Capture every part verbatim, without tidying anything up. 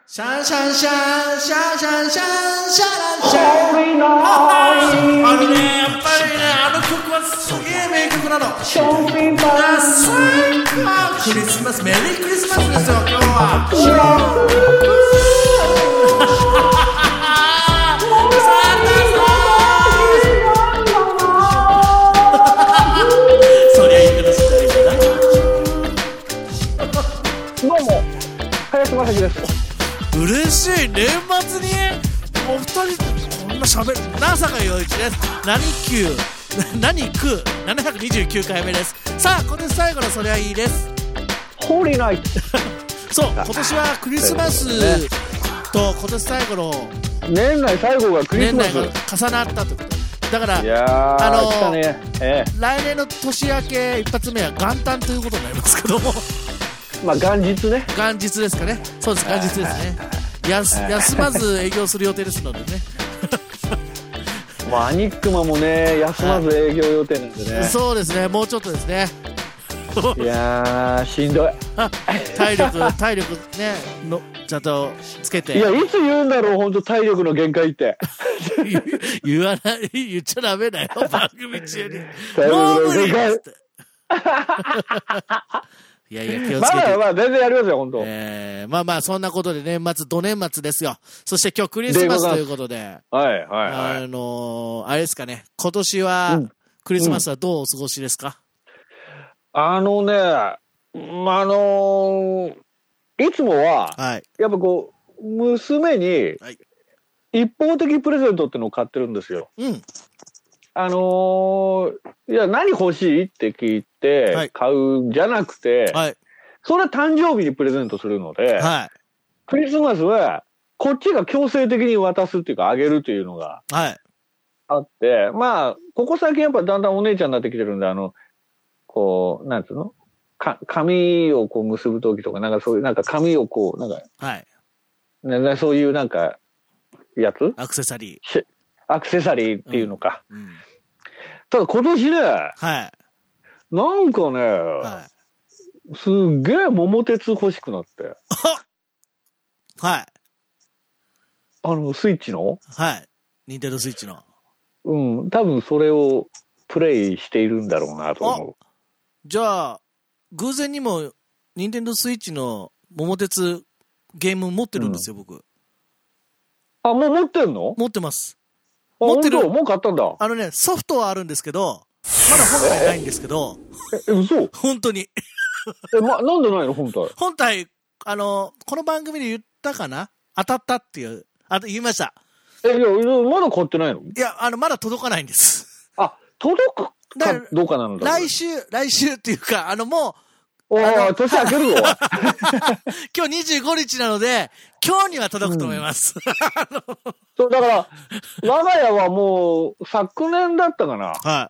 シャンシャンシャンシャンシャンシャンシャランシャン。 あのね、やっぱりね、あの曲はすげえ名曲なの。最高。クリスマス、メリークリスマスですよ、今日は。そりゃいいけどしないかな。 どうも、林正樹です。 嬉しい。年末にお二人こんな喋る。なさかよいちです。何級何区ななひゃくにじゅうきゅうかいめです。さあ今年最後のそれはいいです。 ホーリーナイト。 そう、今年はクリスマスと今年最後の年内最後がクリスマス、 年内が重なったということだから、 いやーあの来たね、ええ、 来年の年明け一発目は元旦ということになりますけども、 まあ元日ね、 元日ですかね。そうです、元日ですね。やす休まず営業する予定ですのでね。 まあアニックマもね休まず営業予定なんでね。 そうですね、もうちょっとですね。 いやーしんどい。 体力体力ねのちゃんとつけて。 いやいつ言うんだろう、本当体力の限界って。 言わない言っちゃダメだよ、番組中に。 体もう力の限界。 無理っつって。いやいや、気をつけて。 まあまあ全然やりますよ本当。 えー、まあまあそんなことで年末ど年末ですよ。そして今日クリスマスということで、 はいはいはい。 あのー、あれですかね。今年は、うん、クリスマスはどうお過ごしですか？ うん、あのね、あのー、いつもは、はい、やっぱこう娘に一方的プレゼントってのを買ってるんですよ。うん。あのー、いや何欲しいって聞いて買うんじゃなくて、はい、それは誕生日にプレゼントするので、はい、クリスマスはこっちが強制的に渡すっていうかあげるというのがあって、はい、まあここ最近やっぱだんだんお姉ちゃんになってきてるんで、あのこうなんつうのか髪をこう結ぶ時とかなんかそういうなんか髪をこうなんか、はいね、そういうなんかやつアクセサリーアクセサリーっていうのか。うんうん、ただ今年ね、はい、なんかね、はい、すっげえ桃鉄欲しくなって。はい。あの、スイッチの？ はい。ニンテンドースイッチの。 うん。多分それをプレイしているんだろうなと思う。 じゃあ、偶然にもニンテンドースイッチの桃鉄ゲーム持ってるんですよ、うん、僕。 あ、もう持ってんの？ 持ってます。 持ってる。もう買ったんだ。 あのね、ソフトはあるんですけど、まだ本体ないんですけど。 え、え嘘？ 本当に。 え、ま、なんでないの本体。 本体、あの、この番組で言ったかな？当たったっていう。あ、言いました。 え、いや、まだ買ってないの？ いや、あの、まだ届かないんです。 あ、届くかどうかなのだ。 来週、来週っていうか、あの、もう、 おー、年明けるよ。 今日にじゅうごにちなので、今日には届くと思います。うん、 そう、だから、我が家はもう、昨年だったかな。はい。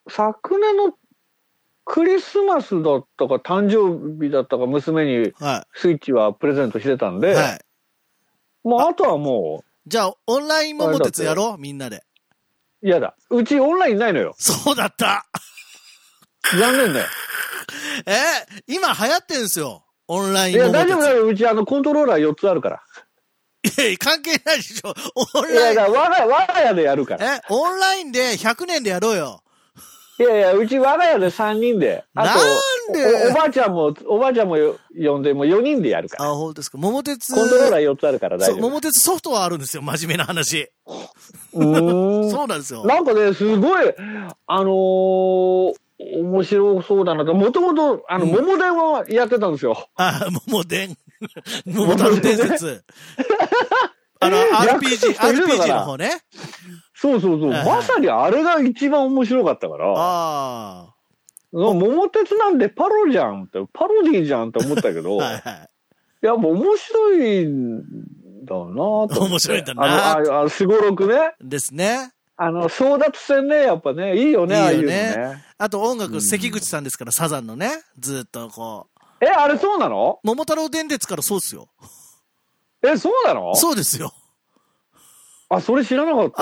昨年のクリスマスだったか、誕生日だったか、娘にスイッチはプレゼントしてたんで、はい。もう、あとはもう。 じゃあ、オンライン桃鉄やろうみんなで。 嫌だ。うちオンラインないのよ。 そうだった。 残念ね。 え今流行ってんすよ。オンライン桃鉄。いや、大丈夫だよ。うちあの、コントローラーよっつあるから。 いやいや、関係ないでしょ。オンライン。 いや、だから我が家、我が家でやるから。 えオンラインでひゃくねんでやろうよ。 いやいや、うち我が家でさんにんで。あと、 なんでお, おばあちゃんも、おばあちゃんも呼んで、もうよにんでやるから。 あ、ほんとですか。桃鉄。 コントローラーよっつあるから大丈夫。 桃鉄ソフトはあるんですよ。真面目な話。 うーん。 そうなんですよ。 なんかね、すごい、あのー、面白そうだなと。もともと、あの、うん、桃電はやってたんですよ。 あ、桃電。桃太郎伝説。あの、アールピージー、アールピージー の方ね。 そうそうそう。はいはい、まさにあれが一番面白かったから。ああ。桃鉄なんでパロじゃんって、パロディじゃんって思ったけど。はいはい。いや、もう面白いんだなと思って。 面白いんだなあの、あの、すごろくね。 ですね。 あの、争奪戦ね、やっぱね、いいよね、いいよね。ああいうのね。 あと音楽、関口さんですから、サザンのね、ずっとこう。え、あれそうなの？ 桃太郎電鉄からそうですよ。 え、そうなの？ そうですよ。 あ、それ知らなかった。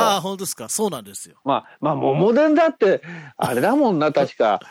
ああ、本当ですか。そうなんですよ。 まあ、まあ、桃電だって、あれだもんな、確か。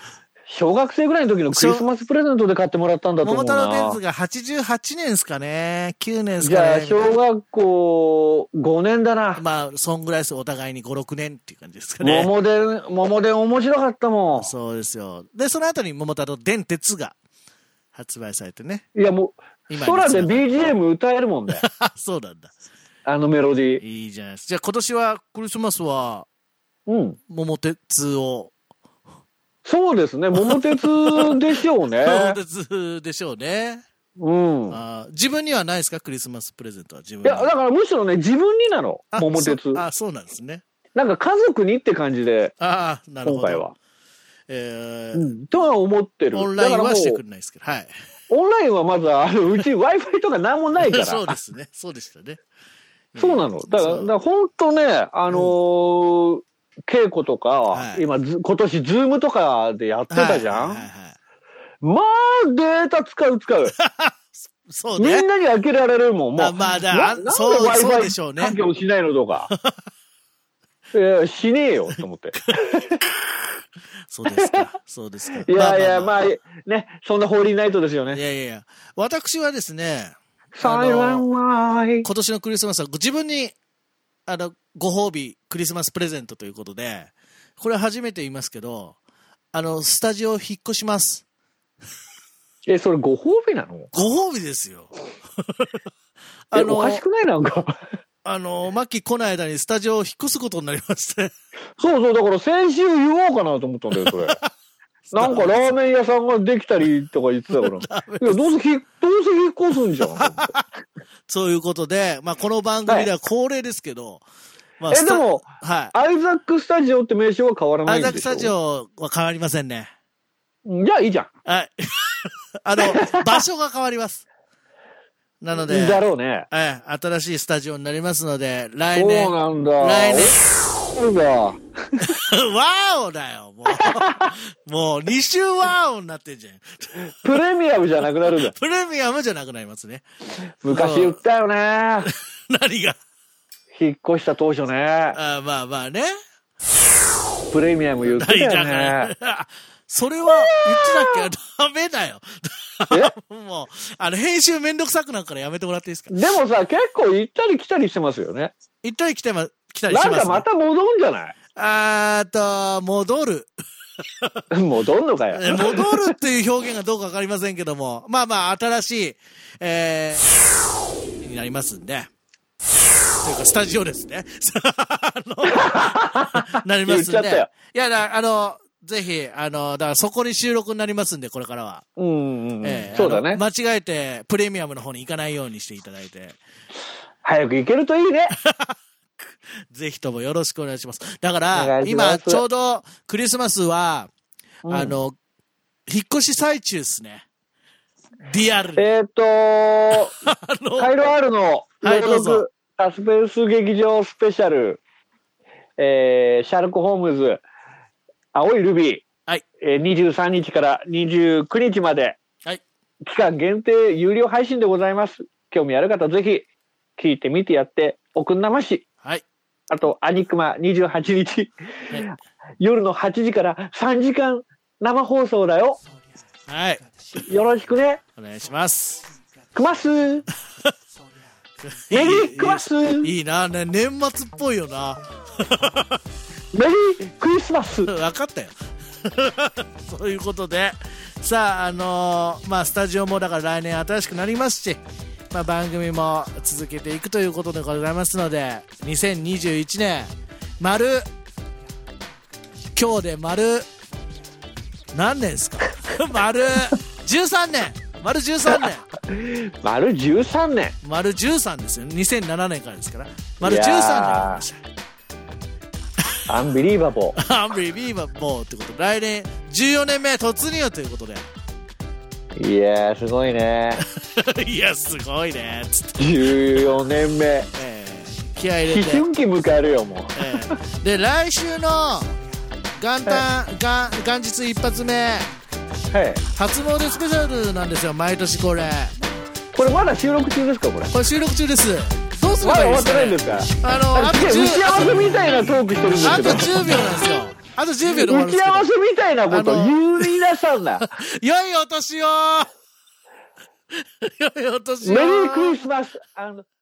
小学生ぐらいの時のクリスマスプレゼントで買ってもらったんだと思うな。 桃太郎電鉄がはちじゅうはちねんですかね。きゅうねんですかね。 じゃあ、小学校ごねんだな。 まあ、そんぐらいです。お互いにご、ろくねんっていう感じですかね。 桃で、桃で面白かったもん。 そうですよ。で、その後に桃太郎電鉄が発売されてね。 いや、もう、空で ビージーエム 歌えるもんね。 そうなんだ。 あのメロディー。 いいじゃないですか。じゃあ今年はクリスマスは、 うん。 桃鉄を。 そうですね。桃鉄でしょうね。 桃鉄でしょうね。 うん。 あ、自分にはないですかクリスマスプレゼントは。自分いや、だからむしろね、自分になの。桃鉄。 あ、そうなんですね。 なんか家族にって感じで。 ああ、なるほど。 今回は。 えー、 うん。とは思ってる。 オンラインはしてくれないですけど。はい。 オンラインはまず、あの、うち Wi-Fi とかなんもないから。 そうですね。そうでしたね。 そうなの。だから、だから本当ね、あのー、うん稽古とか、はい、今ず、今年ズームとかでやってたじゃん、はいはいはいはい、まあ、データ使う使う。 そうね。 みんなに開けられるもん、もう。 あまあだ、なんで Wi-Fi 環境しないのとか。いや、しねえよ、と思って。 そうですか。そうですか。 いやいや、まあ、まあ、ね、そんなホーリーナイトですよね。 いやいやいや。私はですね、 あの今年のクリスマスは自分に、あの、ご褒美、クリスマスプレゼントということで、これ初めて言いますけど、あの、スタジオ引っ越します。 え、それご褒美なの？ ご褒美ですよ。 あの、おかしくないなんか。 あの、マッキー来ない間にスタジオを引っ越すことになりまして。 そうそう、だから先週言おうかなと思ったんだよ、それ。なんかラーメン屋さんができたりとか言ってたから。いや、どうせひ、どうせ引っ越すんじゃん。 そういうことで、まあ、この番組では恒例ですけど、はい、まあ、 え、でも、 はい。 アイザックスタジオって名称は変わらないんでしょ？ アイザックスタジオは変わりませんね。 じゃあいいじゃん。 はい。あの、場所が変わります。なので、 だろうね。 え、新しいスタジオになりますので、来年。 そうなんだ。 来年。 そうだ。 ワオだよ、もう。もう、二週ワオになってんじゃん。 プレミアムじゃなくなるんだ。 プレミアムじゃなくなりますね。 昔言ったよね。 何が？ 引っ越した当初ね。 あ、まあまあね。 プレミアム言ってたよね。 それは言ってたっけ？ダメだよ。えもう、あの、編集めんどくさくなるからやめてもらっていいですか？ でもさ、結構行ったり来たりしてますよね。 行ったり来てま、来たりします、ね。 なんかまた戻るんじゃない？ あーと、戻る。 戻んのかよ。 戻るっていう表現がどうかわかりませんけども、まあまあ、新しい、えー、になりますんで。というか、スタジオですね。あのなりますんで。いや、だあの、ぜひ、あの、だからそこに収録になりますんで、これからは。 うんうん、 えー、 そうだね。 間違えて、プレミアムの方に行かないようにしていただいて。 早く行けるといいね。 ぜひともよろしくお願いします。だから、今、ちょうど、クリスマスは、うん、あの、引っ越し最中ですね。リアルに。 えっ、ー、とカイロ R の、 はい、どうぞ。 サスペンス劇場スペシャル、えー、シャーロック・ホームズ、青いルビー、 はい、 えー、にじゅうさんにちからにじゅうくにちまで、 はい、 期間限定有料配信でございます。興味ある方ぜひ聞いてみてやっておくんなまし。 はい。 あとアニクマにじゅうはちにち、はい、夜のはちじからさんじかん生放送だよ。 はい。 よろしくね。 お願いします。 くますメリークマス。 いいな、ね、年末っぽいよな。 メリークリスマス。 分かったよ。そういうことで、さあ、あのー、まあ、スタジオもだから来年新しくなりますし、まあ、番組も続けていくということでございますので、にせんにじゅういちねん、丸、今日で丸、何年ですか？丸、じゅうさんねん。丸じゅうさんねん。 丸じゅうさんねん。 丸じゅうさんですよ。にせんななねんからですから。丸じゅうさんねんになりました。 アンビリーバボー。 アンビリーバボーってことで、来年じゅうよねんめ突入ということで。 いやー、すごいね。 いや、すごいね。つってじゅうよねんめ。えー、気合い入れて。 思春期迎えるよ、もう。 えー、で、来週の元旦、元、元日一発目。 はい、 初詣スペシャルなんですよ、毎年これ。 これまだ収録中ですか？これこれ収録中です。どうすればいいですか、ね、まだ終わってないんですか？あのあと打ち合わせみたいなトークしてるんですけど、 あとじゅうびょうなんですよ。あとじゅうびょうで終わるんですけど、 打ち合わせみたいなこと言う皆さんな。 良いお年を良いお年をメリークリスマス